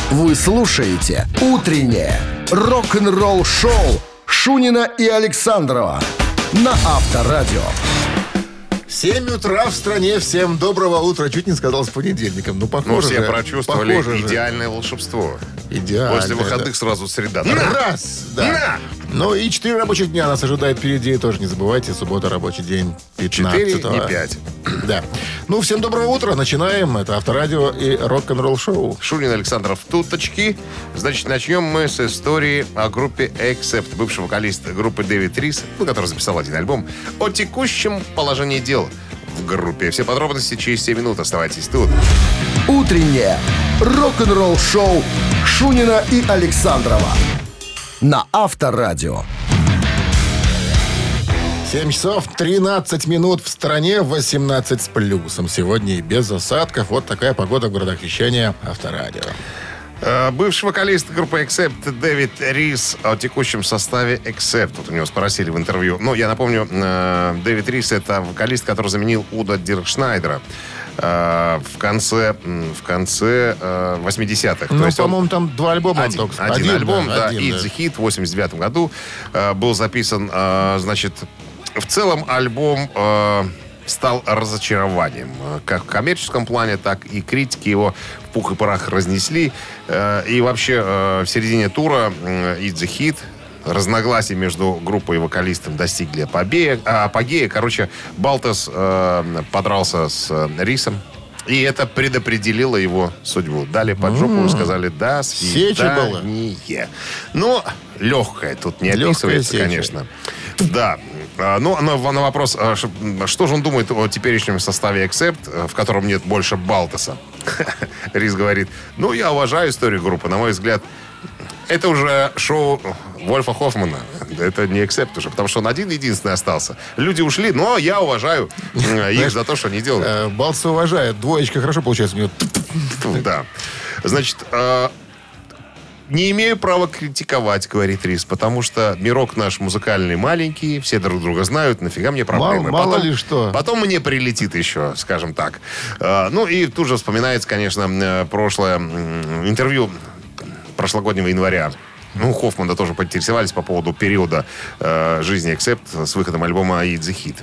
Вы слушаете «Утреннее рок-н-ролл-шоу» Шунина и Александрова на Авторадио. 7 утра в стране. Всем доброго утра. Чуть не сказал с понедельником. Ну, похоже все же. прочувствовали Похоже идеальное волшебство. Идеально. После выходных сразу среда. Раз, да. Ну и 4 рабочих дня нас ожидает впереди. Тоже не забывайте, суббота, рабочий день 15-го. 4, не 5. Да. Ну, всем доброго утра. Начинаем. Это Авторадио и рок-н-ролл шоу. Шунин, Александров, туточки. Значит, начнем мы с истории о группе Accept. Бывший вокалист группы Дэвид Рис, который записал один альбом, о текущем положении дел в группе. Все подробности через 7 минут. Оставайтесь тут. «Утреннее рок-н-ролл-шоу» Шунина и Александрова на Авторадио. 7 часов 13 минут в стране, 18 с плюсом. Сегодня и без осадков. Вот такая погода в городах вещания Авторадио. Бывший вокалист группы Accept Дэвид Рис о текущем составе Accept. Вот у него спросили в интервью. Ну, я напомню, Дэвид Рис — это вокалист, который заменил Уда Диркшнайдера в конце 80-х. Ну, по-моему, там 2 альбома. Один альбом, да, «Eat the Hit» в 89 году был записан. Значит, в целом альбом стал разочарованием. Как в коммерческом плане, так и критики его в пух и прах разнесли. И вообще в середине тура «Eat the Hit» разногласия между группой и вокалистом достигли апогея. Короче, Балтас подрался с Рисом, и это предопределило его судьбу. Дали под жопу и сказали: до свидания. Ну, легкое тут не описывается, конечно. Да. Ну, на вопрос, что же он думает о теперешнем составе Accept, в котором нет больше Балтаса, Рис говорит: ну, я уважаю историю группы. На мой взгляд, это уже шоу Вольфа Хоффмана. Это не Accept уже, потому что он один-единственный остался. Люди ушли, но я уважаю их за то, что они делают. Балтаса уважает. Двоечка хорошо получается у него. Да. Значит, не имею права критиковать, говорит Рис, потому что мирок наш музыкальный маленький, все друг друга знают, нафига мне проблемы. Мало ли что. Потом мне прилетит еще, скажем так. Ну и тут же вспоминается, конечно, прошлое интервью прошлогоднего января. Ну, Хоффмана тоже поинтересовались по поводу периода жизни Accept с выходом альбома «Eat the Hit».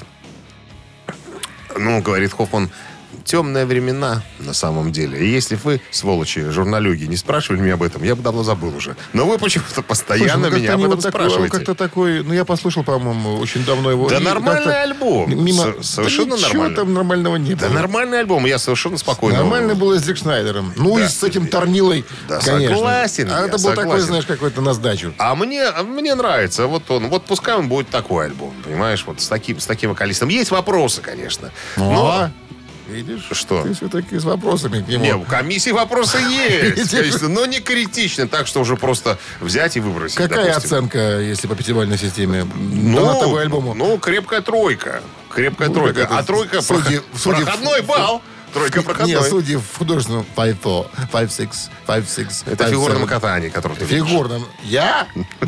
Ну, говорит Хоффман, темные времена на самом деле. И если вы, сволочи, журналюги, не спрашивали меня об этом, я бы давно забыл уже. Но вы почему-то постоянно меня об этом спрашиваете. Как-то такой... Ну, я послушал, по-моему, очень давно его. Да нормальный альбом. Совершенно нормальный. Ничего там нормального не было. Да нормальный альбом, я совершенно спокойно. Нормальный был и с Диркшнайдером. Ну, и с этим Торнилой, да, конечно. Согласен. А это был такой, знаешь, какой-то на сдачу. А мне нравится. Вот он. Вот пускай он будет такой альбом, понимаешь? Вот с таким вокалистом. Есть вопросы, конечно. Но... Видишь? Что? Ты все-таки с вопросами к нему. Не, у комиссии вопросы есть, конечно, но не критично, так что уже просто взять и выбросить. Какая оценка, если по пятибалльной системе? Ну, альбому? Ну, крепкая тройка. Крепкая тройка. А тройка проходной балл. Тройка проходной. Нет, судьи в художественном 5-6. Это в фигурном катании, которое ты видишь. Фигурном. Я?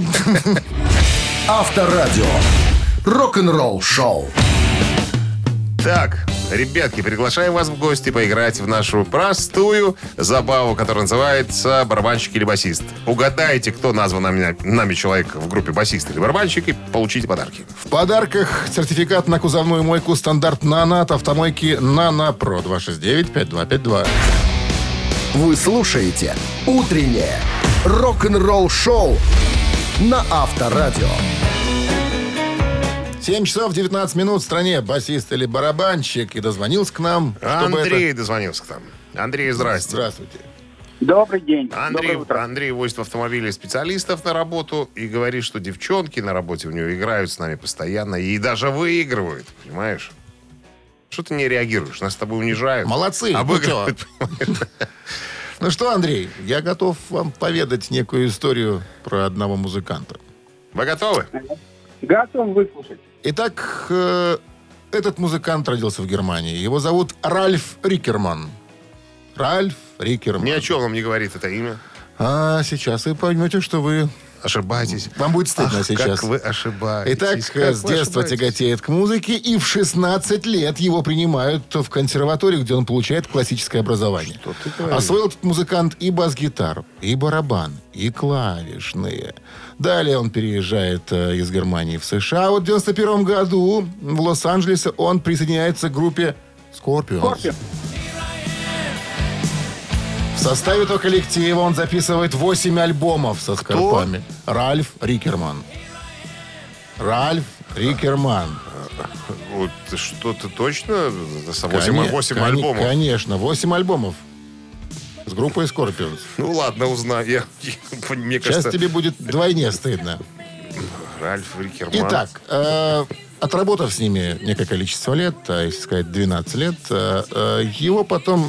Авторадио. Рок-н-ролл шоу. Так, ребятки, приглашаем вас в гости поиграть в нашу простую забаву, которая называется «Барабанщик или басист». Угадайте, кто назван нами человек в группе басист или барабанщик, и получите подарки. В подарках сертификат на кузовную мойку «Стандарт Нано» от автомойки «Нано Про». 269-5252. Вы слушаете «Утреннее рок-н-ролл шоу» на Авторадио. 7 часов 19 минут в стране. Басист или барабанщик. И дозвонился к нам. Андрей дозвонился к нам. Андрей, здрасте. Здравствуйте. Добрый день. Доброе утро. Андрей возит в автомобиле специалистов на работу и говорит, что девчонки на работе у него играют с нами постоянно и даже выигрывают. Понимаешь? Что ты не реагируешь? Нас с тобой унижают. Молодцы. Обыгрывают. Ну что, Андрей, я готов вам поведать некую историю про одного музыканта. Вы готовы? Готов выслушать. Итак, этот музыкант родился в Германии. Его зовут Ральф Рикерман. Ральф Рикерман. Ни о чем вам не говорит это имя. А сейчас вы поймете, что вы ошибаетесь. Вам будет стыдно сейчас. Как вы ошибаетесь. Итак, с детства тяготеет к музыке, и в 16 лет его принимают в консерваторию, где он получает классическое образование. Что ты говоришь? Освоил этот музыкант и бас-гитару, и барабан, и клавишные. Далее он переезжает из Германии в США. Вот в 91 году в Лос-Анджелесе он присоединяется к группе Scorpions. Скорпион. В составе этого коллектива он записывает 8 альбомов со Скорпами. Ральф Рикерман. Ральф Рикерман. Вот что ты точно? 8 альбомов? Конечно, 8 альбомов. С группой Scorpions. Ну ладно, узнаю. Мне Сейчас кажется... тебе будет вдвойне стыдно. Ральф Рикерман. Итак, отработав с ними некое количество лет, если сказать 12 лет, его потом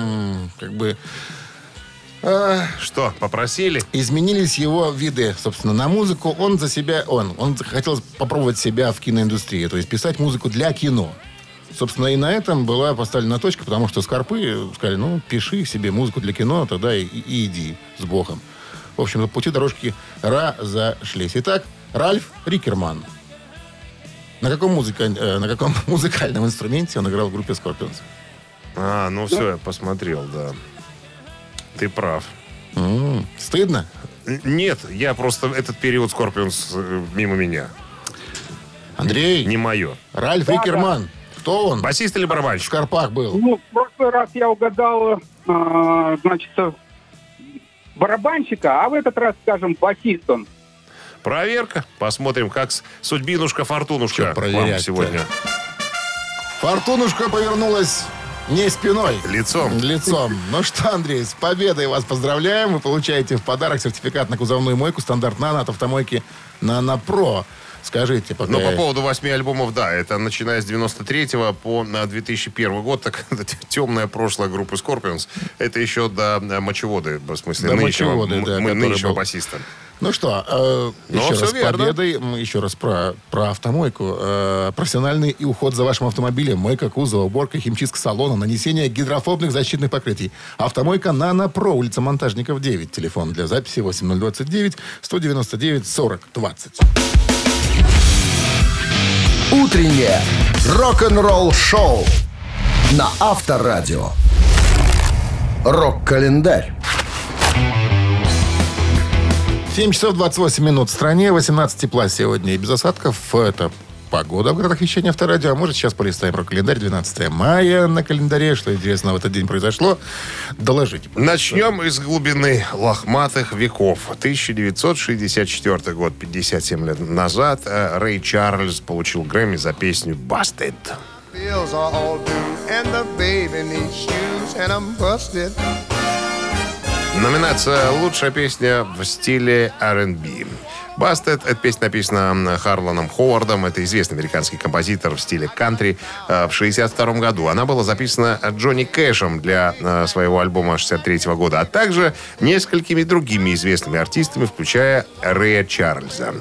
Что, попросили? изменились его виды, собственно, на музыку. Он хотел попробовать себя в киноиндустрии, то есть писать музыку для кино. Собственно, и на этом была поставлена точка, потому что Скорпы сказали, пиши себе музыку для кино, тогда и иди с Богом. В общем, пути дорожки разошлись. Итак, Ральф Рикерман. На каком музыкальном инструменте он играл в группе Scorpions? Все, я посмотрел, да. Ты прав. Стыдно? Нет, я просто этот период Scorpions мимо меня. Андрей, Не мое. Ральф Рикерман. Кто он? Басист или В барабанщик? Скорпах был. В прошлый раз я угадал, барабанщика, а в этот раз, скажем, басист он. Проверка. Посмотрим, как судьбинушка, фортунушка Чё вам проверять-то? сегодня. Фортунушка повернулась не спиной. Лицом. Ну что, Андрей, с победой вас поздравляем. Вы получаете в подарок сертификат на кузовную мойку стандарт «Нано» от автомойки «Нано Про». Скажите, пока... Но по поводу 8 альбомов, да, это начиная с 93-го по 2001 год, так темное прошлое группы Scorpions. Это еще до Мочеводы, в смысле, До нынешнего, Мочеводы, да, который нынешнего был. басиста. Ну что, еще всё раз с верно. победой. Еще раз про автомойку. Профессиональный и уход за вашим автомобилем. Мойка кузова, уборка, химчистка салона, нанесение гидрофобных защитных покрытий. Автомойка «Нано Про», улица Монтажников, 9. Телефон для записи 8029-199-40-20. Утреннее рок-н-ролл-шоу на Авторадио. Рок-календарь. 7 часов 28 минут в стране, 18 тепла сегодня и без осадков. Это погода в городах вещания Авторадио. А может, сейчас полистаем рок-календарь. 12 мая на календаре. Что интересного в этот день произошло? Доложите. Начнем из глубины лохматых веков. 1964 год, 57 лет назад, Рэй Чарльз получил Грэмми за песню «Busted». Bills are all due, and the baby needs shoes, and I'm busted. Номинация «Лучшая песня в стиле R&B». «Busted» — эта песня написана Харланом Ховардом. Это известный американский композитор в стиле кантри. В 1962 году она была записана Джонни Кэшем для своего альбома 1963 года, а также несколькими другими известными артистами, включая Рэя Чарльза.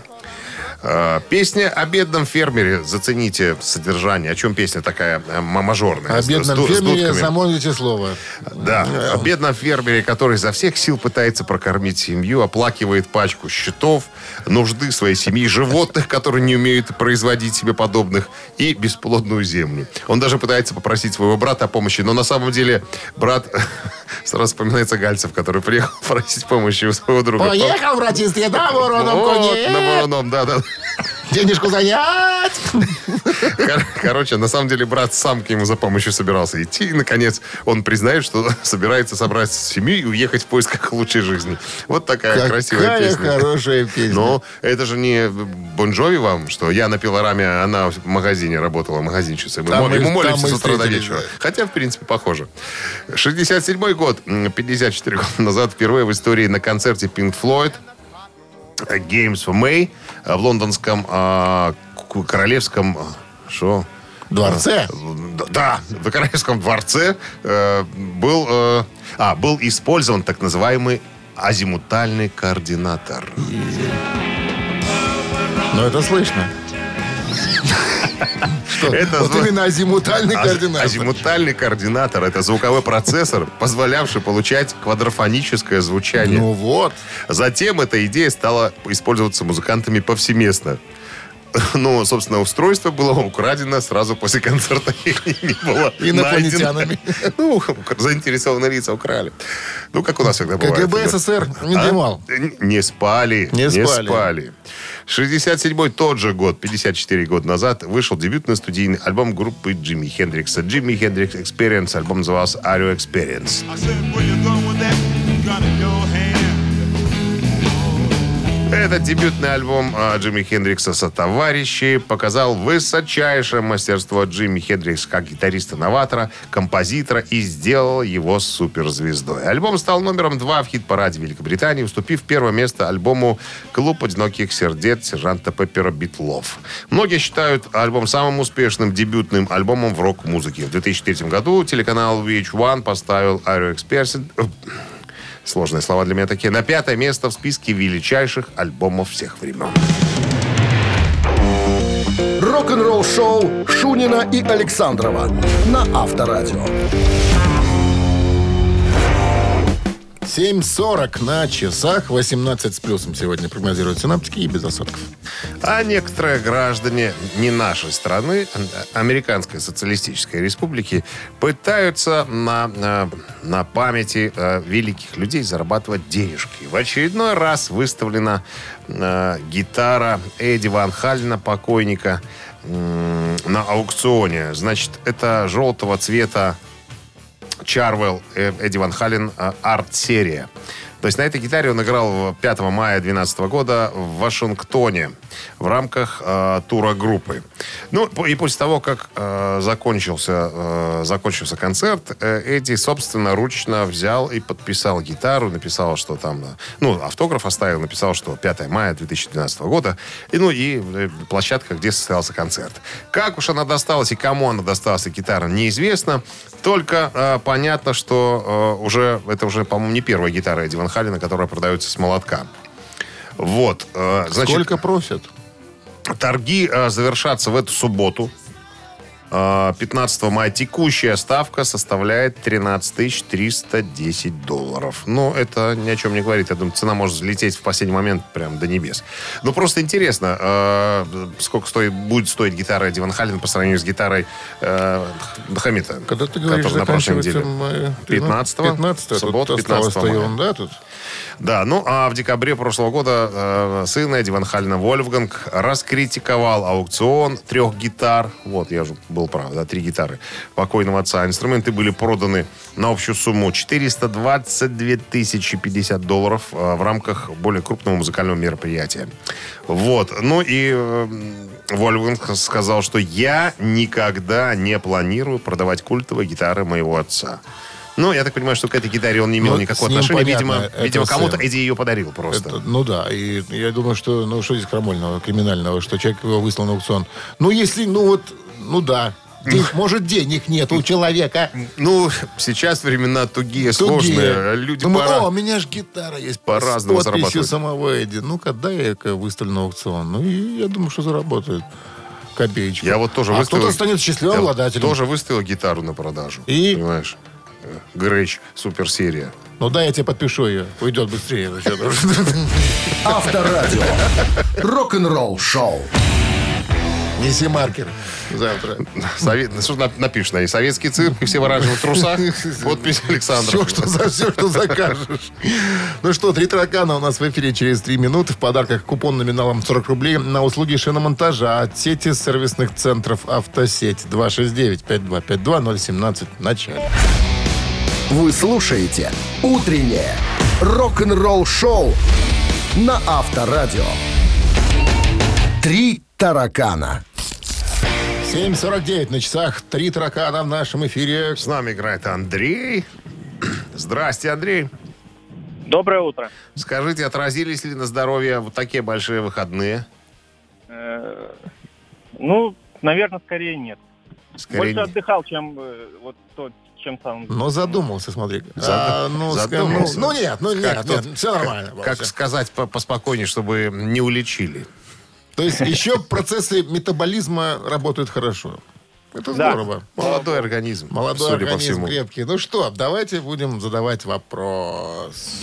Песня о бедном фермере. Зацените содержание. О чем песня такая мажорная? О бедном фермере замолвите слово. Да, о бедном фермере, который изо всех сил пытается прокормить семью, оплакивает пачку счетов, нужды своей семьи, животных, которые не умеют производить себе подобных, и бесплодную землю. Он даже пытается попросить своего брата о помощи, но на самом деле брат... Сразу вспоминается Гальцев, который приехал просить помощи у своего друга. Поехал, братец, я на вороном коне. На вороном, да. Денежку занять. Короче, на самом деле брат сам к нему за помощью собирался идти. И, наконец, он признает, что собирается собрать семью и уехать в поисках лучшей жизни. Вот такая красивая песня. Какая хорошая песня. Но это же не Бон Джови вам, что я на пилораме, она в магазине работала, магазинщицей. Ему молимся с утра до вечера. Хотя, в принципе, похоже. 67-й год, 54 года назад, впервые в истории на концерте Pink Floyd Games for May в лондонском королевском дворце. Да, в королевском дворце был использован так называемый азимутальный координатор. Ну, это слышно. Вот именно азимутальный координатор. Азимутальный координатор — это звуковой процессор, позволявший получать квадрофоническое звучание. Ну вот. Затем эта идея стала использоваться музыкантами повсеместно. Но, собственно, устройство было украдено сразу после концерта и не было инопланетянами. Ну, заинтересованные лица украли. Ну, как у нас всегда бывает. КГБ СССР не дремал. Не спали. Не спали. 67-й тот же год, 54 года назад, вышел дебютный студийный альбом группы Джимми Хендрикса. Джимми Хендрикс Experience. Альбом назывался Are You Experience. Этот дебютный альбом Джимми Хендрикса «Сотоварищи» показал высочайшее мастерство Джимми Хендрикса как гитариста-новатора, композитора и сделал его суперзвездой. Альбом стал номером 2 в хит-параде Великобритании, уступив первое место альбому «Клуб одиноких сердец» сержанта Пеппера Битлов. Многие считают альбом самым успешным дебютным альбомом в рок-музыке. В 2003 году телеканал VH1 поставил Are You Experienced... Сложные слова для меня такие. На 5-е место в списке величайших альбомов всех времен. Рок-н-ролл шоу Шунина и Александрова на Авторадио. 7:40 на часах, 18 с плюсом сегодня прогнозируют синаптики и без осадков. А некоторые граждане не нашей страны, Американской социалистической республики, пытаются на памяти великих людей зарабатывать денежки. В очередной раз выставлена гитара Эдди Ван Халена, покойника, на аукционе. Значит, это желтого цвета Чарвелл Эдди Ван Хален арт-серия. То есть на этой гитаре он играл 5 мая 2012 года в Вашингтоне в рамках тура группы. Ну, и после того, как закончился концерт, Эдди собственноручно взял и подписал гитару, написал, что там... Ну, автограф оставил, написал, что 5 мая 2012 года. И площадка, где состоялся концерт. Как уж она досталась и кому она досталась, гитара, неизвестно. Только понятно, что это уже, по-моему, не первая гитара Эдди Ван Халена, которая продается с молотка. Вот. Значит, сколько просят? Торги завершатся в эту субботу. 15 мая текущая ставка составляет $13 310. Ну, это ни о чем не говорит. Я думаю, цена может взлететь в последний момент прям до небес. Но просто интересно, сколько будет стоить гитара Эдди Ван Хален по сравнению с гитарой Хамита. Когда ты говоришь, заканчивается 15-го, суббота, 15 мая. Да, тут? Да, ну а в декабре прошлого года сын Эдди Ван Халена Вольфганг раскритиковал аукцион 3 гитар. Вот, я же был прав, да, 3 гитары покойного отца. Инструменты были проданы на общую сумму $422 050 в рамках более крупного музыкального мероприятия. Вот, ну и Вольфганг сказал, что я никогда не планирую продавать культовые гитары моего отца. Ну, я так понимаю, что к этой гитаре он не имел никакого отношения. Видимо, кому-то Эдди ее подарил просто. Ну да, и я думаю, что что здесь крамольного, криминального, что человек его выслал на аукцион. Ну, если, да. Может, денег нет у человека. Ну, сейчас времена тугие, сложные. Люди у меня же гитара есть. По-разному зарабатывают. С подписью самого Эдди. Ну-ка, дай я выставлю на аукцион. Ну, и я думаю, что заработает копеечку. Я вот тоже выставил. Кто-то станет счастливым обладателем. Тоже выставил гитару на продажу. И? Понимаешь? Грэч, суперсерия. Ну да, я тебе подпишу ее. Уйдет быстрее. Авторадио. Рок-н-ролл шоу. Неси маркер завтра. Что напишешь на ней? Советский цирк и все в оранжевых трусах. Подпись Александра. Все, что закажешь. Ну что, 3 таракана у нас в эфире через 3 минуты. В подарках купон номиналом 40 рублей на услуги шиномонтажа от сети сервисных центров «Автосеть». 269-5252-017 в начале. Вы слушаете «Утреннее рок-н-ролл-шоу» на Авторадио. 3 таракана. 7:49 на часах. 3 таракана в нашем эфире. С нами играет Андрей. Здрасте, Андрей. Доброе утро. Скажите, отразились ли на здоровье вот такие большие выходные? Ну, наверное, скорее нет. Скорее Больше отдыхал, чем чем сам. Но задумался, смотри. Задумался. Нет, все нормально. Как сказать поспокойнее, чтобы не уличили? То есть еще процессы метаболизма работают хорошо. Это Да. здорово. Молодой организм, Молодой судя по организм всему. крепкий. Ну что, давайте будем задавать вопрос.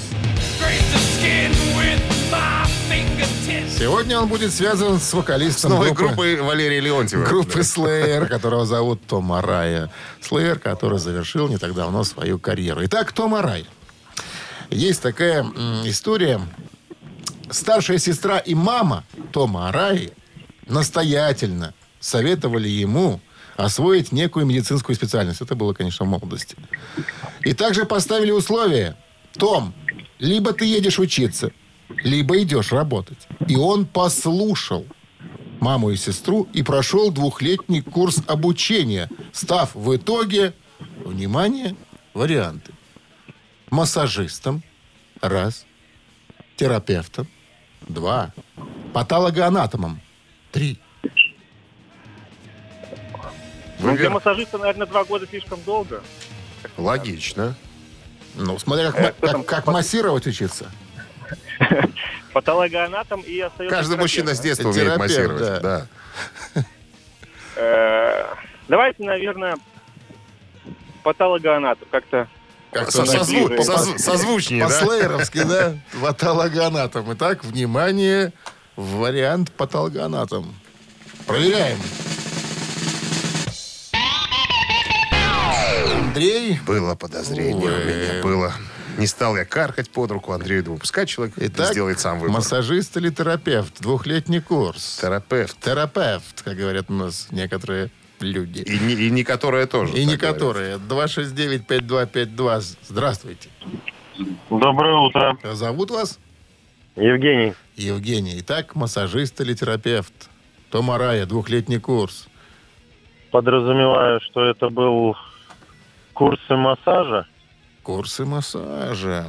Сегодня он будет связан с вокалистом С новой группы группой Валерия Леонтьева. Slayer, которого зовут Том Арай. Slayer, который завершил не так давно свою карьеру. Итак, Том Арай. Есть такая история. Старшая сестра и мама Тома Араи настоятельно советовали ему освоить некую медицинскую специальность. Это было, конечно, в молодости. И также поставили условие. Том, либо ты едешь учиться, либо идешь работать. И он послушал маму и сестру и прошел 2-летний курс обучения, став в итоге, внимание, варианты. Массажистом, раз, терапевтом, 2, патологоанатомом, 3. Ну, для массажиста, наверное, 2 года слишком долго. Логично. Ну, смотря как массировать учиться. Патологоанатом и остается... Каждый мужчина с детства умеет Терапевт, массировать. да. Да. Давайте, наверное, патологоанатом. Как-то... Созвучнее, да? По-слееровски, да? Патологоанатом. Итак, внимание, вариант патологоанатом. Проверяем. Андрей. Было подозрение у меня, было. Не стал я каркать под руку Андрею, думаю, пускай человек Итак, сделает сам выбор. массажист или терапевт? 2-летний курс. Терапевт. Терапевт, как говорят у нас некоторые люди. И не которая тоже. И не так которые. 269-5252. Здравствуйте. Доброе утро. Зовут вас? Евгений. Евгений. Итак, массажист или терапевт? Том Арай, 2-летний курс. Подразумеваю, что это был курсы массажа. Курсы массажа.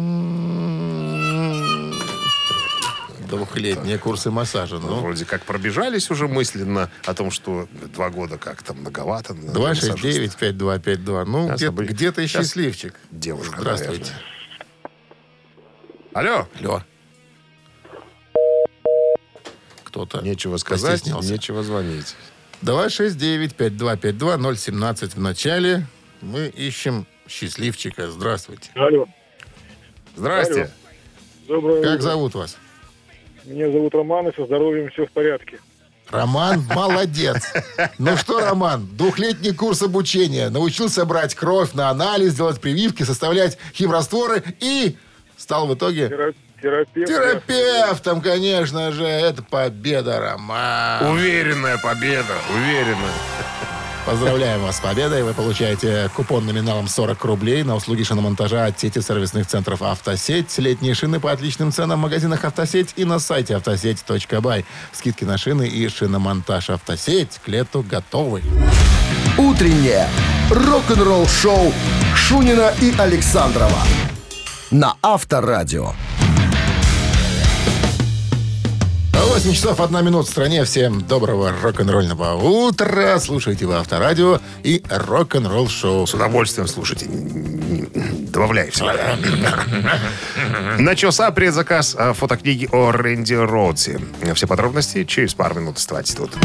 2-летние курсы массажа. Ну, Ну, вроде как пробежались уже мысленно о том, что 2 года как-то многовато. 269-5252. Ну, Сейчас где-то и сейчас счастливчик. девушка, Здравствуйте. Алло. Алло. Кто-то Нечего сказать, постеснялся. нечего звонить. 269-5252, 017 в начале. Мы ищем счастливчика. Здравствуйте. Алло. Здрасте. Доброе Как утро. зовут вас? Меня зовут Роман, и со здоровьем все в порядке. Роман, молодец. Ну что, Роман, 2-летний курс обучения. Научился брать кровь на анализ, делать прививки, составлять химрастворы и стал в итоге Терапевт. терапевтом, конечно же. Это победа, Роман. Уверенная победа, уверенная. Поздравляем вас с победой. Вы получаете купон номиналом 40 рублей на услуги шиномонтажа от сети сервисных центров «Автосеть». Летние шины по отличным ценам в магазинах «Автосеть» и на сайте автосеть.бай. Скидки на шины и шиномонтаж «Автосеть» к лету готовы. Утреннее рок-н-ролл-шоу Шунина и Александрова на Авторадио. 8 часов 1 минута в стране. Всем доброго рок-н-ролльного утра. Слушайте вы Авторадио и рок-н-ролл шоу. С удовольствием слушайте. Добавляй всегда. Начался предзаказ фотокниги о Рэнди Роудсе. Все подробности через пару минут. Оставайтесь тут.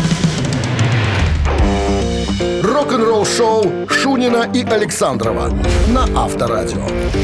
Рок-н-ролл-шоу Шунина и Александрова на Авторадио.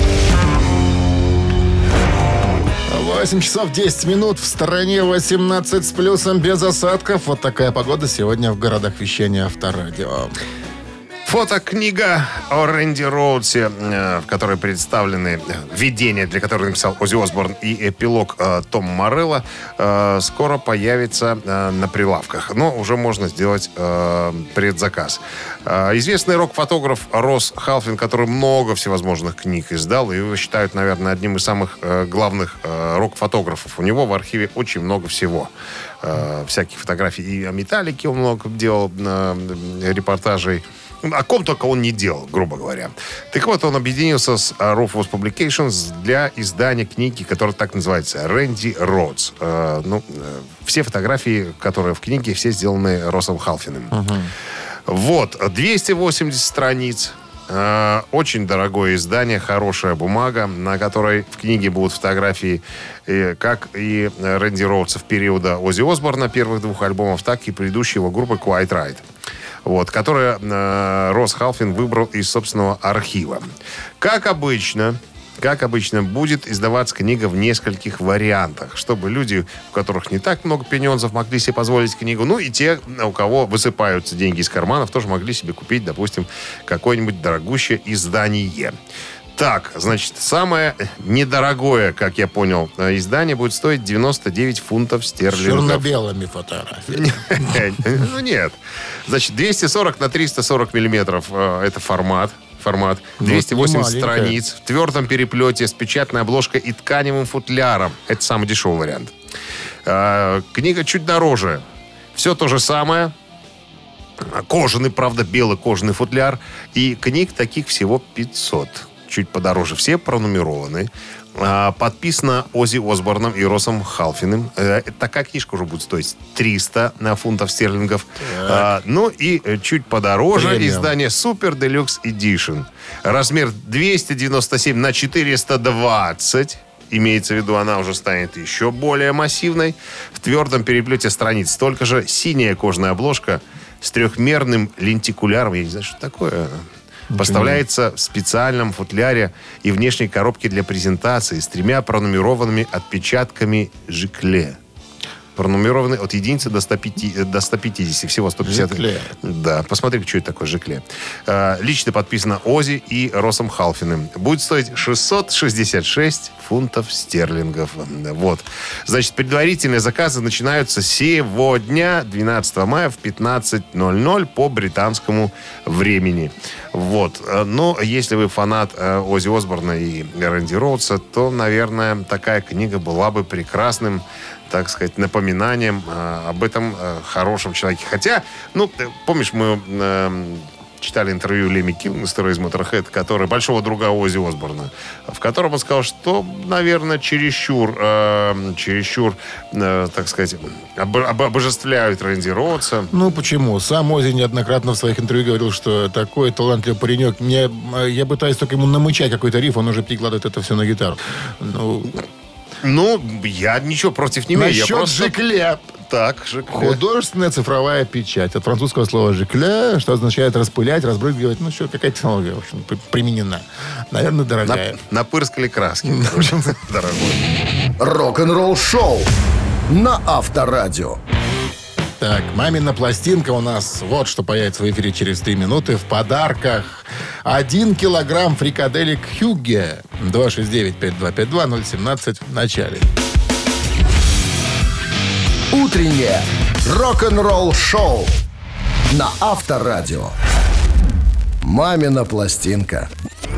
8 часов 10 минут. В стороне 18 с плюсом, без осадков. Вот такая погода сегодня в городах вещания Авторадио. Фотокнига о Рэнди Роудсе, в которой представлены видения, для которых написал Оззи Осборн, и эпилог Том Морелло, скоро появится на прилавках. Но уже можно сделать предзаказ. Известный рок-фотограф Росс Халфин, который много всевозможных книг издал, и его считают, наверное, одним из самых главных рок-фотографов. У него в архиве очень много всего. Всяких фотографий. И о «Металлике» он много делал репортажей. О ком только он не делал, грубо говоря. Так вот, он объединился с Rufus Publications для издания книги, которая так называется «Рэнди Роудс». Все фотографии, которые в книге, все сделаны Россом Халфиным. Вот, 280 страниц. Очень дорогое издание, хорошая бумага, на которой в книге будут фотографии как и Рэнди Роудса в периода Оззи Осборна первых 2 альбомов, так и предыдущей его группы Quiet Riot. Вот, которая Росс Халфин выбрал из собственного архива. Как обычно, будет издаваться книга в нескольких вариантах, чтобы люди, у которых не так много пенёнзов, могли себе позволить книгу. Ну и те, у кого высыпаются деньги из карманов, тоже могли себе купить, допустим, какое-нибудь дорогущее издание. Так, значит, самое недорогое, как я понял, издание будет стоить 99 фунтов стерлингов. Черно-белыми фотографиями. Ну, нет. Значит, 240 на 340 миллиметров это формат. 280 страниц в твердом переплете с печатной обложкой и тканевым футляром. Это самый дешевый вариант. Книга чуть дороже. Все то же самое. Кожаный, правда, белый кожаный футляр. И книг таких всего 500. Чуть подороже. Все пронумерованы. Подписано Оззи Осборном и Россом Халфиным. Такая книжка уже будет стоить 300 фунтов стерлингов. Ну и чуть подороже премиум издание Super Deluxe Edition. Размер 297 на 420. Имеется в виду, она уже станет еще более массивной. В твердом переплете страниц столько же. Синяя кожаная обложка с трехмерным лентикуляром. Я не знаю, что такое. Поставляется в специальном футляре и внешней коробке для презентации с 3 пронумерованными отпечатками жикле. Пронумерованы от единицы до 150. Всего 150. Жикле. Да, посмотри, что это такое жикле. Лично подписано Оззи и Россом Халфиным. Будет стоить 666 фунтов стерлингов. Вот. Значит, предварительные заказы начинаются сегодня, 12 мая в 15:00 по британскому времени. Вот. Но если вы фанат Оззи Осборна и Рэнди Роудса, то, наверное, такая книга была бы прекрасным, так сказать, напоминанием об этом хорошем человеке. Хотя, ну, помнишь, мы читали интервью Лемми Килмистера из Motorhead, который большого друга Оззи Осборна, в котором он сказал, что, наверное, чересчур, так сказать, обожествляют Рэнди Роудса. Ну, почему? Сам Оззи неоднократно в своих интервью говорил, что такой талантливый паренек. Я пытаюсь только ему намычать какой-то риф, он уже перекладывает это все на гитару. Ну, я ничего против не имею. Насчет жикле. Так, жикле. Художественная цифровая печать. От французского слова жикле, что означает распылять, разбрызгивать. Ну, что, какая технология, в общем, применена. Наверное, дорогая. Напырскали краски. Дорогой. Рок-н-ролл шоу на Авторадио. Так, мамина пластинка у нас вот что появится в эфире через 3 минуты. В подарках 1 килограмм фрикаделек Хюгге. 269-5252-017 в начале. Утреннее рок-н-ролл шоу на Авторадио. Мамина пластинка.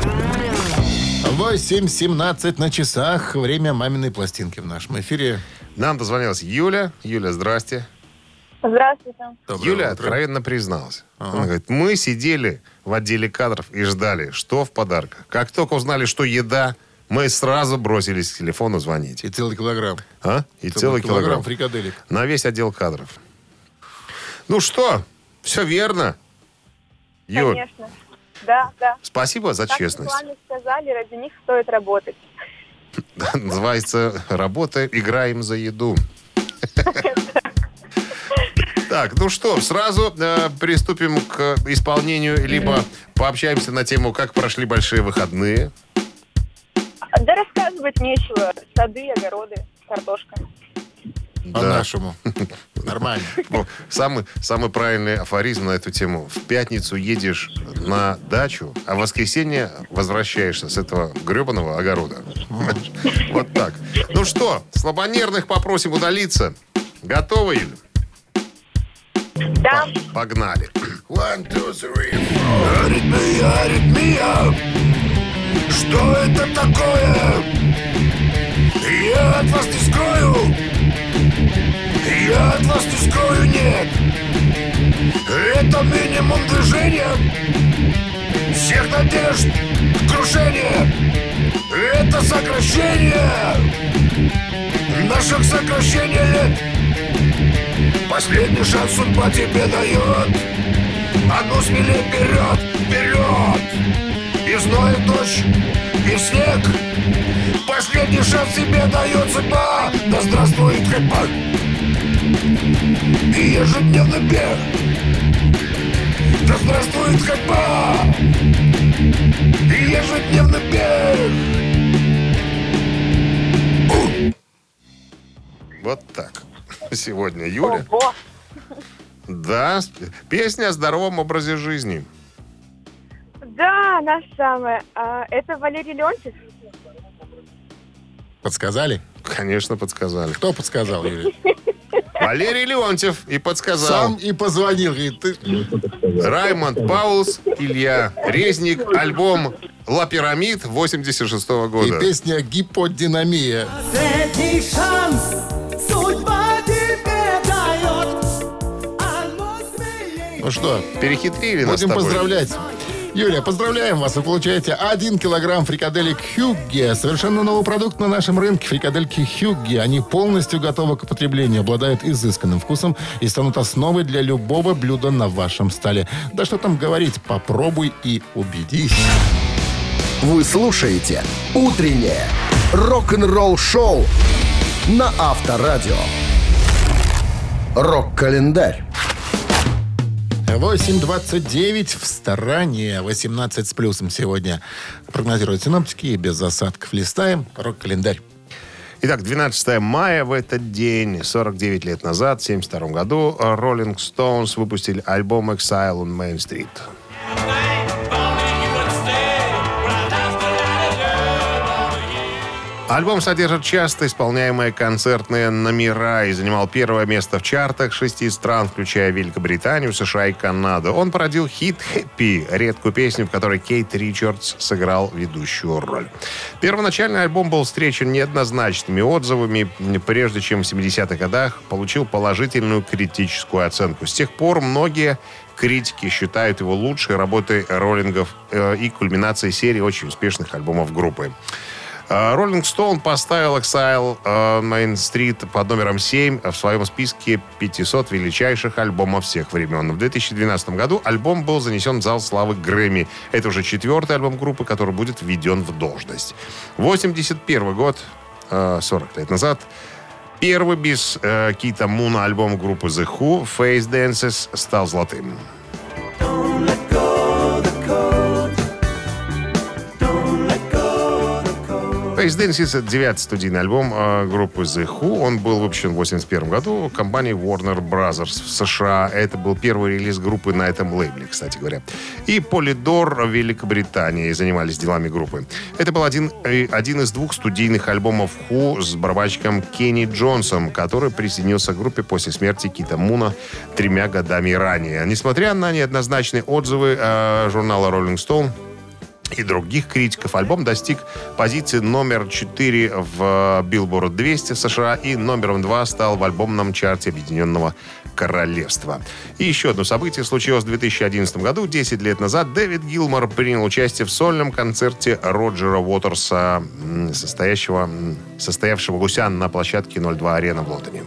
8:17 на часах. Время маминой пластинки в нашем эфире. Нам дозвонилась Юля. Юля, здрасте. Здравствуйте. Юля откровенно призналась. Она говорит, мы сидели в отделе кадров и ждали, что в подарках. Как только узнали, что еда, мы сразу бросились к телефону звонить. И целый килограмм. И целый килограмм фрикаделек. на весь отдел кадров. Ну что, все верно? Юль, Конечно. Да. спасибо за Как честность. вы сами сказали, ради них стоит работать. Называется «Работа, играем за еду». Так, ну что, сразу приступим к исполнению, либо пообщаемся на тему, как прошли большие выходные. Да рассказывать нечего. Сады, огороды, картошка. По-нашему. Нормально. Самый правильный афоризм на эту тему. В пятницу едешь на дачу, а в воскресенье возвращаешься с этого гребаного огорода. Вот так. Ну что, слабонервных попросим удалиться. Готовы, Юля? Да. Погнали. 1, 2, 3, 4. Аритмия. Что это такое? Я от вас не скрою. Я от вас не скрою, нет. Это минимум движения. Всех надежд крушение. Это сокращение наших сокращений лет. Последний шанс судьба тебе дает. А ну смелее вперед, вперед! И зной, и дождь, и снег. Последний шанс тебе дает судьба. Да здравствует ходьба и ежедневный бег. Да здравствует ходьба и ежедневный бег. Вот так. Сегодня Юля. Ого. Да, песня о здоровом образе жизни. Да, наш самый. Это Валерий Леонтьев? Подсказали? Конечно, подсказали. Кто подсказал, Юрий? Валерий Леонтьев и подсказал. Сам и позвонил. Говорит, ты... Раймонд Паулс, Илья Резник, альбом «Ла Пирамид» 86-го года. И песня «Гиподинамия». Последний шанс судьба тебе дает. Ну что, Перехитрили нас с будем тобой. поздравлять. Юлия, поздравляем вас. Вы получаете 1 килограмм фрикаделек Хюгге. Совершенно новый продукт на нашем рынке. Фрикадельки Хюгге. Они полностью готовы к употреблению, обладают изысканным вкусом и станут основой для любого блюда на вашем столе. Да что там говорить, попробуй и убедись. Вы слушаете «Утреннее рок-н-ролл-шоу» на Авторадио. Рок-календарь. 8:29 в стороне. 18 с плюсом сегодня. Прогнозируют синоптики и без осадков. Листаем рок-календарь. Итак, 12 мая в этот день, 49 лет назад, в 1972 году, Rolling Stones выпустили альбом «Exile on Main Street». Альбом содержит часто исполняемые концертные номера и занимал первое место в чартах 6 стран, включая Великобританию, США и Канаду. Он породил хит «Happy», редкую песню, в которой Кейт Ричардс сыграл ведущую роль. Первоначальный альбом был встречен неоднозначными отзывами, прежде чем в 70-х годах получил положительную критическую оценку. С тех пор многие критики считают его лучшей работой роллингов и кульминацией серии очень успешных альбомов группы. Rolling Stone поставил Exile Main Street под номером 7 в своем списке 500 величайших альбомов всех времен. В 2012 году альбом был занесен в зал славы Грэмми. Это уже 4-й альбом группы, который будет введен в должность. 81 год, 40 лет назад, первый без Кита Муна альбом группы The Who «Face Dances» стал золотым. Face Dances — это 9-й студийный альбом группы The Who. Он был выпущен в 1981 году компанией Warner Brothers в США. Это был первый релиз группы на этом лейбле, кстати говоря. И Polydor в Великобритании занимались делами группы. Это был один из 2 студийных альбомов Who с барабанщиком Кенни Джонсом, который присоединился к группе после смерти Кита Муна 3 годами ранее. Несмотря на неоднозначные отзывы журнала Rolling Stone и других критиков, альбом достиг позиции номер 4 в Billboard 200 в США и номером 2 стал в альбомном чарте Объединенного Королевства. И еще одно событие случилось в 2011 году. 10 лет назад Дэвид Гилмор принял участие в сольном концерте Роджера Уотерса, состоявшего гуся на площадке 02 Арена в Лондоне.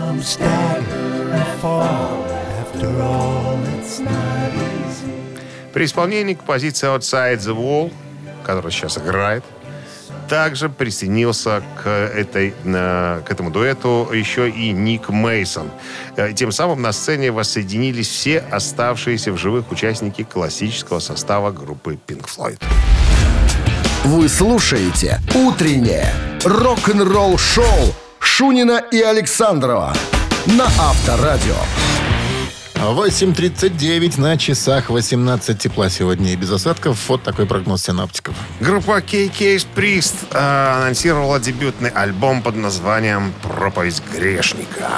При исполнении композиции «Outside the Wall», которая сейчас играет, также присоединился к этому дуэту еще и Ник Мейсон. Тем самым на сцене воссоединились все оставшиеся в живых участники классического состава группы Pink Floyd. Вы слушаете «Утреннее рок-н-ролл-шоу» Шунина и Александрова на Авторадио. 8:39 на часах, 18 тепла сегодня и без осадков. Вот такой прогноз синоптиков. Группа KK's Priest анонсировала дебютный альбом под названием «Проповедь грешника».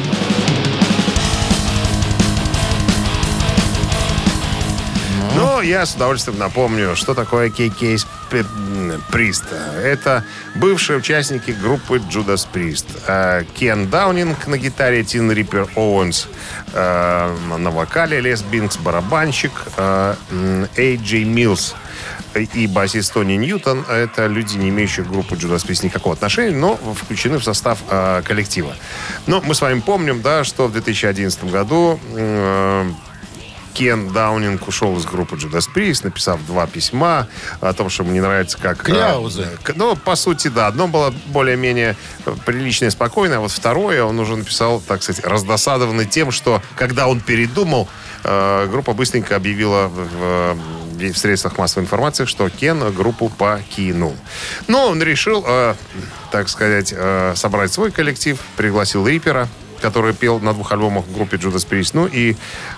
Но я с удовольствием напомню, что такое KK's Priest. Это бывшие участники группы Judas Priest. Кен Даунинг на гитаре, Тин Риппер Оуэнс на вокале, Les Binks барабанщик, Эй-Джей Милс и басист Тони Ньютон. Это люди, не имеющие к группе Judas Priest никакого отношения, но включены в состав коллектива. Но мы с вами помним, да, что в 2011 году Кен Даунинг ушел из группы Judas Priest, написав 2 письма о том, что ему не нравится как... Кляузы. Ну, по сути, да. Одно было более-менее приличное и спокойное, а вот второе он уже написал, так сказать, раздосадованный тем, что когда он передумал, группа быстренько объявила в средствах массовой информации, что Кен группу покинул. Но он решил, так сказать, собрать свой коллектив, пригласил Риппера, который пел на 2 альбомах в группе Judas Priest, ну и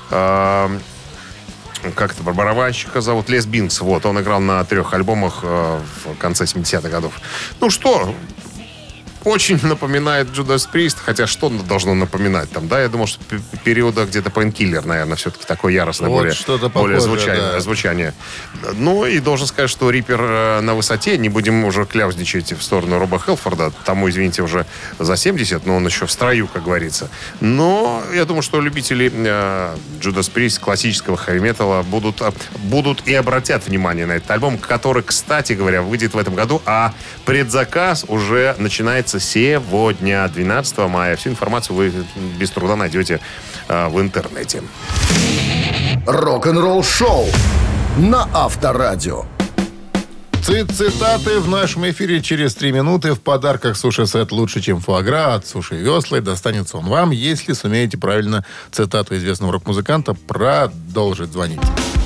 как-то барабанщика зовут, Les Binks. Вот, он играл на 3 альбомах в конце 70-х годов. Ну что, очень напоминает Judas Priest, хотя что должно напоминать там, да? Я думал, что периода где-то Painkiller, наверное, все-таки такое яростное, вот более звучание. Ну, и должен сказать, что Риппер на высоте. Не будем уже кляузничать в сторону Роба Хелфорда. Тому, извините, уже за 70, но он еще в строю, как говорится. Но я думаю, что любители Judas Priest, классического хэви-металла, будут и обратят внимание на этот альбом, который, кстати говоря, выйдет в этом году, а предзаказ уже начинается сегодня, 12 мая. Всю информацию вы без труда найдете в интернете. Рок-н-ролл шоу на Авторадио. Цитаты в нашем эфире через 3 минуты. В подарках суши-сет «Лучше, чем фуагра» от Суши Весла. Достанется он вам, если сумеете правильно цитату известного рок-музыканта продолжить звонить.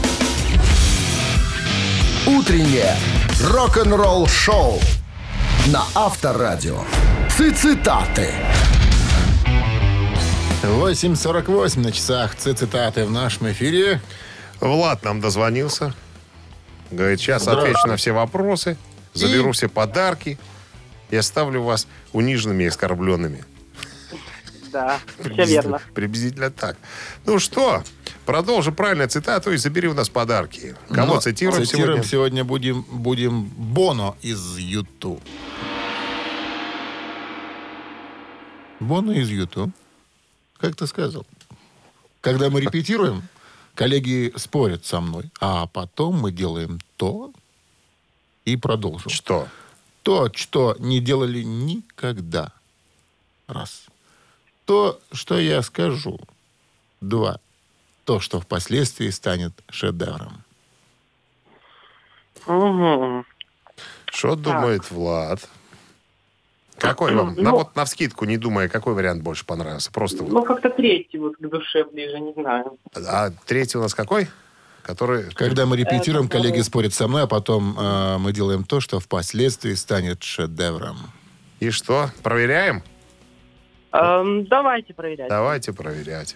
Утреннее рок-н-ролл шоу на Авторадио. Цитаты. 8:48 на часах. Цитаты в нашем эфире. Влад нам дозвонился. Говорит, сейчас отвечу на все вопросы, заберу все подарки и оставлю вас униженными и оскорбленными. Да, все верно. Приблизительно так. Ну что, продолжим правильную цитату и забери у нас подарки. Кого цитируем сегодня? Сегодня будем Боно из YouTube. Боно из YouTube. Как ты сказал? Когда мы репетируем, коллеги спорят со мной, а потом мы делаем то и продолжим. Что? То, что не делали никогда. Раз. То, что я скажу. 2. То, что впоследствии станет шедевром. Угу. Что думает Влад? Какой вам? Вот навскидку, не думая, какой вариант больше понравился? Просто Ну, как-то 3 вот к душе ближе, не знаю. А 3 у нас какой? Который... Когда мы репетируем, коллеги спорят со мной, а потом мы делаем то, что впоследствии станет шедевром. И что? Проверяем? Давайте проверять. Давайте проверять.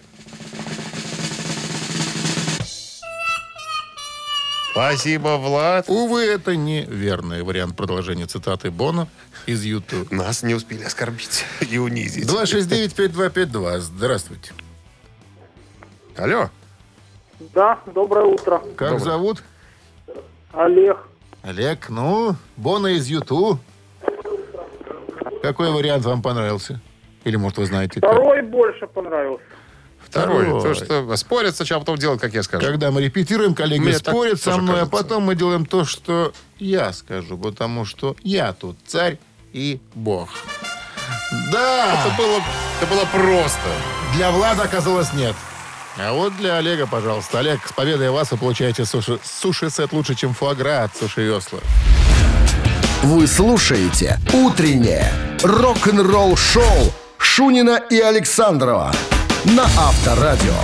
Спасибо, Влад. Увы, это неверный вариант продолжения цитаты Боно из YouTube. Нас не успели оскорбить и унизить. 269-5252. Здравствуйте. Алло. Да, доброе утро. Как зовут? Олег. Олег, Боно из YouTube. Какой вариант вам понравился? Или, может, вы знаете? Второй больше понравился. Второй. То, что спорят сначала, потом делают, как я скажу. Когда мы репетируем, коллеги Мне спорят со мной, кажется. а потом мы делаем то, что я скажу, потому что я тут царь и бог. Да! Это было просто. Для Влада оказалось нет. А вот для Олега, пожалуйста. Олег, с победой вас вы получаете суши-сет «Лучше, чем фуагра» от Суши Весла. Вы слушаете «Утреннее рок-н-ролл шоу» Шунина и Александрова на Авторадио.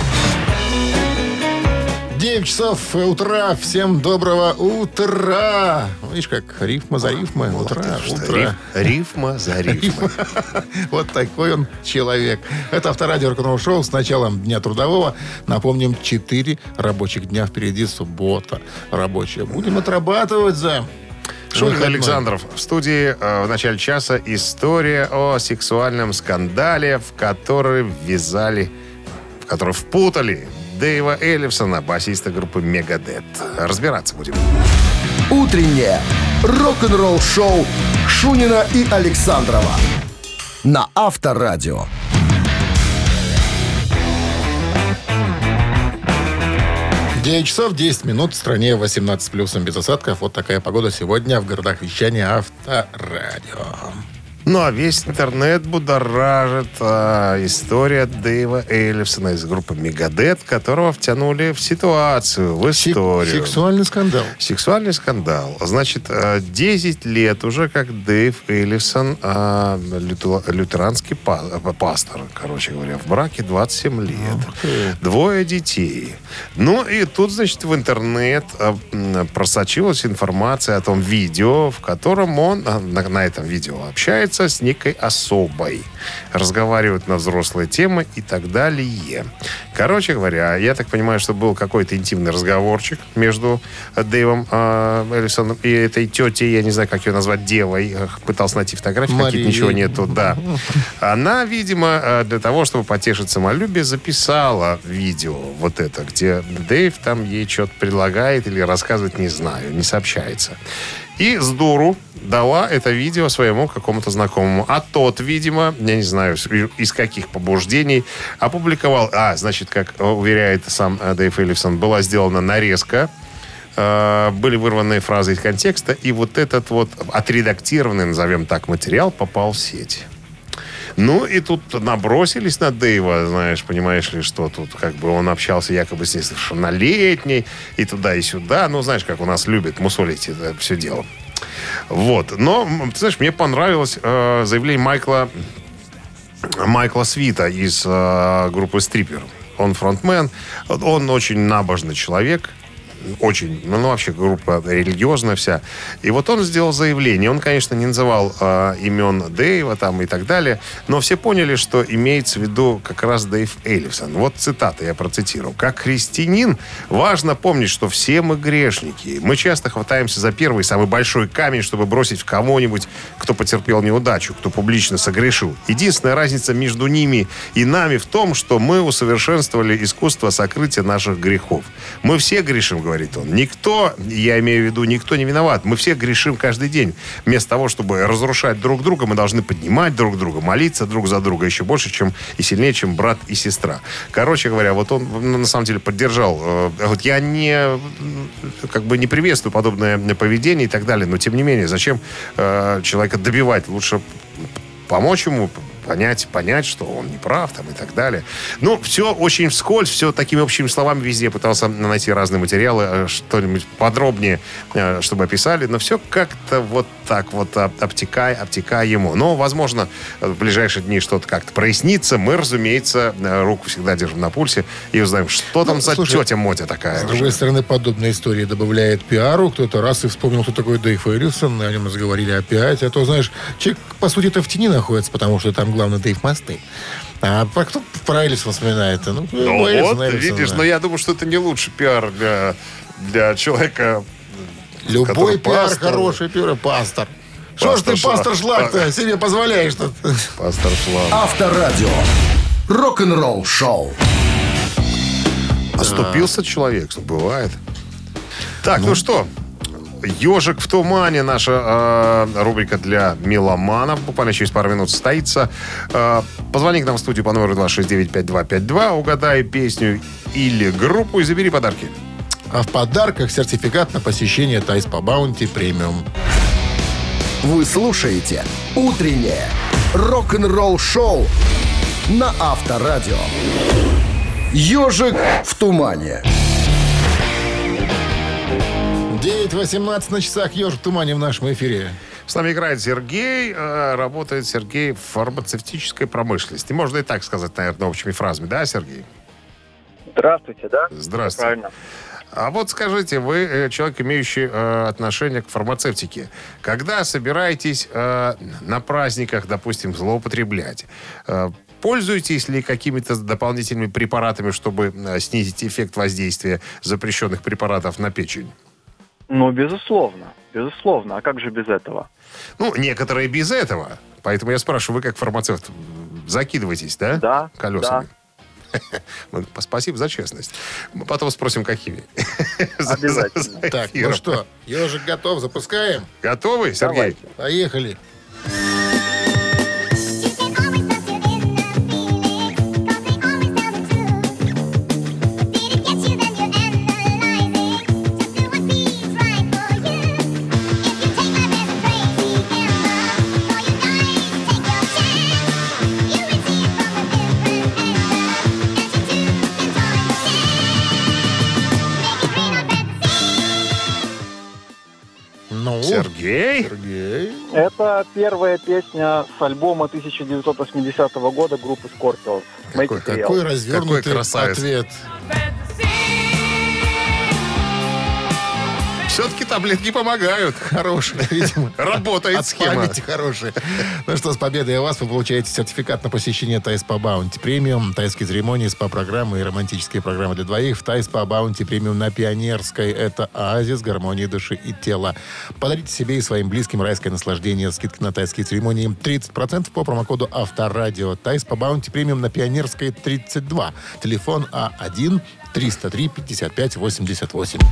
9 часов утра. Всем доброго утра. Видишь, как рифма за рифмой. Утро. Рифма за рифмой. Вот такой он человек. Это Авторадио рок-н-ролл шоу с началом Дня трудового. Напомним, 4 рабочих дня впереди. Суббота рабочая. Будем отрабатывать за... Шунин Александров в студии. В начале часа история о сексуальном скандале, в который впутали Дэйва Эллифсона, басиста группы Megadeth. Разбираться будем. Утреннее рок-н-ролл шоу Шунина и Александрова на Авторадио. 9 часов 10 минут. В стране 18 плюсом без осадков. Вот такая погода сегодня в городах вещания Авторадио. Ну, а весь интернет будоражит история Дэйва Эллифсона из группы Мегадет, которого втянули в ситуацию, в историю. Сексуальный скандал. Сексуальный скандал. Значит, 10 лет уже как Дэйв Эллифсон, лютеранский пастор, короче говоря, в браке 27 лет. 2 детей. Ну, и тут, значит, в интернет просочилась информация о том видео, в котором он на этом видео общается с некой особой. Разговаривают на взрослые темы и так далее. Короче говоря, я так понимаю, что был какой-то интимный разговорчик между Дэйвом Эллифсоном и этой тетей, я не знаю, как ее назвать, девой. Пытался найти фотографии, какие-то ничего нету. Да. Она, видимо, для того, чтобы потешить самолюбие, записала видео вот это, где Дэйв там ей что-то предлагает или рассказывает, не знаю, не сообщается. И с дуру дала это видео своему какому-то знакомому. А тот, видимо, я не знаю, из каких побуждений, опубликовал... значит, как уверяет сам Дэйв Эллифсон, была сделана нарезка, были вырванные фразы из контекста, и вот этот вот отредактированный, назовем так, материал попал в сеть. Ну, и тут набросились на Дэйва, знаешь, понимаешь ли, что тут как бы он общался якобы с несовершеннолетней, и туда, и сюда. Ну, знаешь, как у нас любят мусолить это все дело. Вот. Но, ты знаешь, мне понравилось заявление Майкла Свита из группы Стрипер. Он фронтмен, он очень набожный человек. Очень, вообще группа религиозная вся. И вот он сделал заявление. Он, конечно, не называл имен Дэйва там и так далее, но все поняли, что имеется в виду как раз Дэйв Эллифсон. Вот цитата, я процитирую. «Как христианин важно помнить, что все мы грешники. Мы часто хватаемся за первый, самый большой камень, чтобы бросить в кого-нибудь, кто потерпел неудачу, кто публично согрешил. Единственная разница между ними и нами в том, что мы усовершенствовали искусство сокрытия наших грехов. Мы все грешим, говорит он. Никто, я имею в виду, никто не виноват. Мы все грешим каждый день. Вместо того, чтобы разрушать друг друга, мы должны поднимать друг друга, молиться друг за друга еще больше, чем и сильнее, чем брат и сестра». Короче говоря, вот он на самом деле поддержал. Вот я не приветствую подобное поведение и так далее, но тем не менее, зачем человека добивать? Лучше помочь ему, понять, что он не прав там, и так далее. Ну, все очень вскользь, все такими общими словами везде пытался найти разные материалы, что-нибудь подробнее, чтобы описали, но все как-то вот так вот обтекая ему. Но, возможно, в ближайшие дни что-то как-то прояснится. Мы, разумеется, руку всегда держим на пульсе и узнаем, что там за тетя Мотя такая. С другой стороны, подобная история добавляет пиару. Кто-то раз и вспомнил, кто такой Дэйв Эллифсон, о нем заговорили опять. А то, знаешь, человек, по сути-то, в тени находится, потому что там главный Дэйв Масты. А кто про Эллифсона вспоминает? Эллифсон, видишь, да. Но я думаю, что это не лучший пиар для человека. Любой пиар хороший, пиар, пастор. Что ж ты, пастор Шлак-то, себе позволяешь-то? Пастор Шлак. Авторадио. Рок-н-ролл шоу. Оступился человек, бывает. Так, ну что... «Ежик в тумане», наша рубрика для меломанов. Буквально через пару минут состоится. Позвони к нам в студию по номеру 269-5252. Угадай песню или группу и забери подарки. А в подарках сертификат на посещение Тайс по Баунти премиум. Вы слушаете «Утреннее рок-н-ролл-шоу» на Авторадио. «Ежик в тумане». 9:18 на часах. «Ежик в тумане» в нашем эфире. С нами играет Сергей. Работает Сергей в фармацевтической промышленности. Можно и так сказать, наверное, общими фразами. Да, Сергей? Здравствуйте, да? Здравствуйте. Правильно. А вот скажите, вы человек, имеющий отношение к фармацевтике. Когда собираетесь на праздниках, допустим, злоупотреблять, пользуетесь ли какими-то дополнительными препаратами, чтобы снизить эффект воздействия запрещенных препаратов на печень? Ну, безусловно. Безусловно. А как же без этого? Ну, некоторые без этого. Поэтому я спрашиваю, вы как фармацевт закидываетесь, да? Да. Колесами? Да. Спасибо за честность. Мы потом спросим, какими. Обязательно. Так, ну что, ежик готов, запускаем? Готовы, Сергей? Давайте. Поехали. Сергей? Это первая песня с альбома 1980 года группы Scorpions. Какой развернутый ответ. Все-таки таблетки помогают. Хорошие, видимо. Работает схема. Памяти хорошие. Ну что, с победой вас вы получаете сертификат на посещение Тайс по Баунти Премиум, тайские церемонии, СПА-программы и романтические программы для двоих в Тайс по Баунти Премиум на Пионерской. Это оазис гармонии души и тела. Подарите себе и своим близким райское наслаждение. Скидка на тайские церемонии 30% по промокоду Авторадио. Тайс по Баунти Премиум на Пионерской 32. Телефон А1-303-55-88.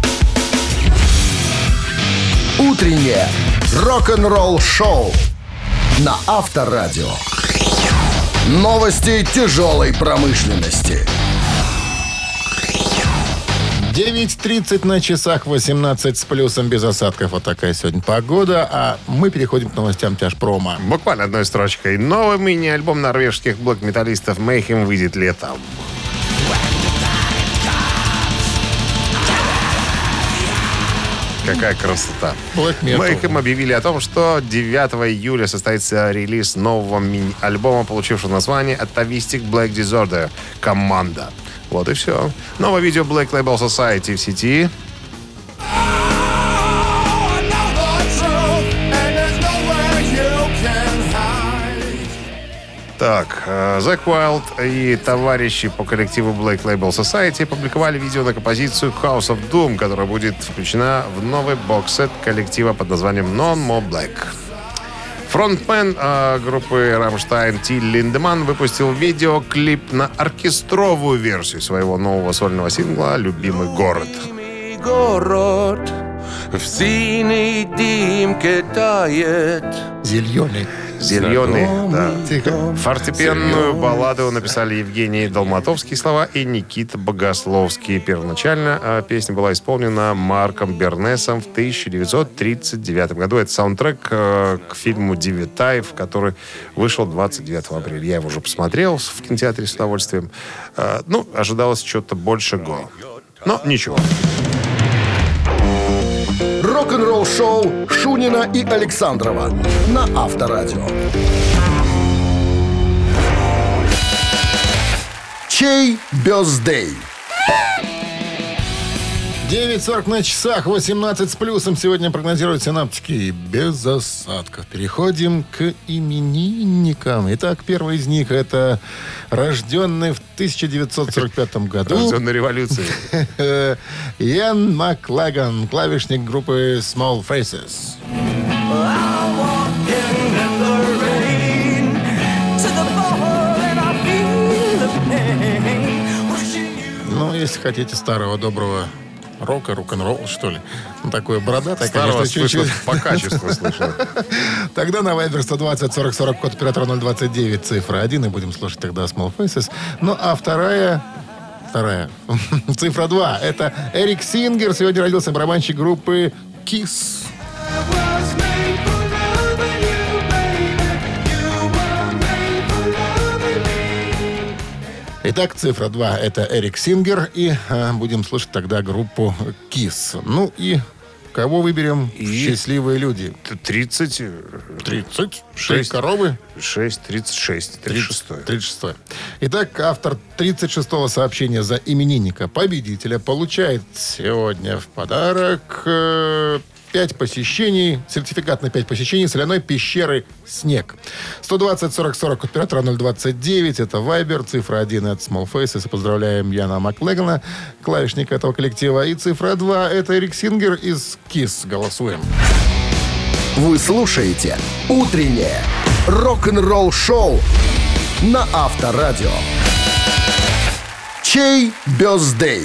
Утреннее рок-н-ролл-шоу на Авторадио. Новости тяжелой промышленности. 9:30 на часах, 18 с плюсом, без осадков. Вот такая сегодня погода. А мы переходим к новостям тяжпрома. Буквально одной строчкой. Новый мини-альбом норвежских блэк-металлистов Mayhem выйдет летом. Какая красота. Mayhem объявили о том, что 9 июля состоится релиз нового мини-альбома, получившего название Atavistic Black Disorder «Команда». Вот и все. Новое видео Black Label Society в сети. Так, Закк Уайлд и товарищи по коллективу Black Label Society опубликовали видео на композицию House of Doom, которая будет включена в новый бокс-сет коллектива под названием No More Black. Фронтмен группы Rammstein Тиль Линдеманн выпустил видеоклип на оркестровую версию своего нового сольного сингла «Любимый город». Зеленый, да. Фортепианную балладу написали Евгений Долматовский слова и Никита Богословский. Первоначально песня была исполнена Марком Бернесом в 1939 году. Это саундтрек к фильму «Девятаев», который вышел 29 апреля. Я его уже посмотрел в кинотеатре с удовольствием. Ожидалось что-то большего. Но ничего. Рок-н-ролл-шоу Шунина и Александрова на Авторадио. Чей бёздей? 9:40 на часах, 18 с плюсом. Сегодня прогнозируют синаптики без осадков. Переходим к именинникам. Итак, первый из них — это рожденный в 1945 году. Рожденный революцией. Иэн Маклаган, клавишник группы Small Faces. Если хотите старого доброго рока, рок-н-ролл, что ли. Такое бородатое, старого, конечно, чуть-чуть. По качеству слышно. Тогда на Viber 120 40 40, код оператора 029, цифра 1, и будем слушать тогда Small Faces. Ну, а вторая, цифра 2, это Эрик Сингер. Сегодня родился барабанщик группы Kiss. Итак, цифра 2 — это Эрик Сингер. И будем слушать тогда группу Kiss. Ну и кого выберем? Счастливые люди. 30. 6 коровы? 36. 36. Итак, автор 36-го сообщения за именинника победителя получает сегодня в подарок 5 посещений, сертификат на 5 посещений соляной пещеры «Снег». 120 40 40, оператора 029, это Viber, цифра 1 — это Small Faces. Поздравляем Яна Маклагана, клавишника этого коллектива. И цифра 2 — это Эрик Сингер из Kiss. Голосуем. Вы слушаете «Утреннее рок-н-ролл-шоу» на Авторадио. Чей бёздей?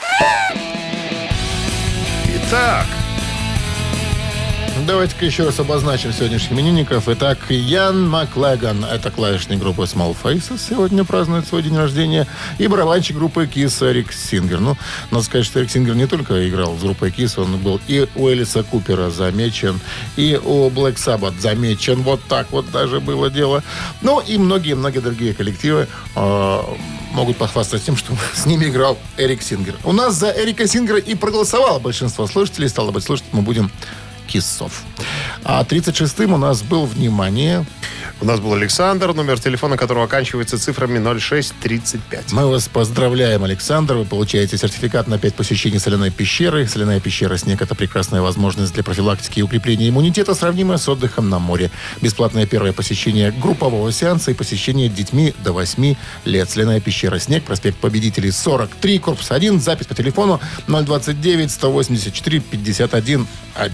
Итак, давайте-ка еще раз обозначим сегодняшних именинников. Итак, Ян Маклаган, это клавишник группы Small Faces, сегодня празднует свой день рождения. И барабанщик группы Kiss Эрик Сингер. Ну, надо сказать, что Эрик Сингер не только играл с группой Kiss, он был и у Элиса Купера замечен, и у Black Sabbath замечен. Вот так вот даже было дело. Ну, и многие-многие другие коллективы могут похвастаться тем, что с ними играл Эрик Сингер. У нас за Эрика Сингера и проголосовало большинство слушателей. Стало быть, слушать мы будем Киссов. А 36-м у нас был, внимание... У нас был Александр, номер телефона которого оканчивается цифрами 0635. Мы вас поздравляем, Александр. Вы получаете сертификат на 5 посещений соляной пещеры. Соляная пещера «Снег» — это прекрасная возможность для профилактики и укрепления иммунитета, сравнимая с отдыхом на море. Бесплатное первое посещение группового сеанса и посещение детьми до 8 лет. Соляная пещера «Снег», проспект Победителей, 43, корпус 1. Запись по телефону 029-184-51-11.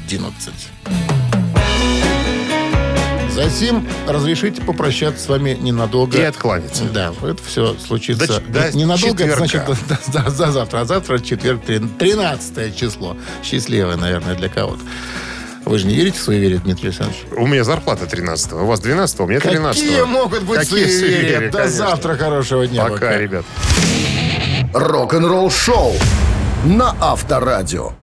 Затем разрешите попрощаться с вами ненадолго. И откланяться. Да, это все случится до ненадолго, это четверга. значит до завтра. А завтра четверг, 13 число. Счастливое, наверное, для кого-то. Вы же не верите в суеверие, Дмитрий Александрович? У меня зарплата 13-го. У вас 12-го, у меня 13-го. Какие могут быть суеверия? До завтра, хорошего дня. Пока, ребят. Рок-н-ролл шоу на Авторадио.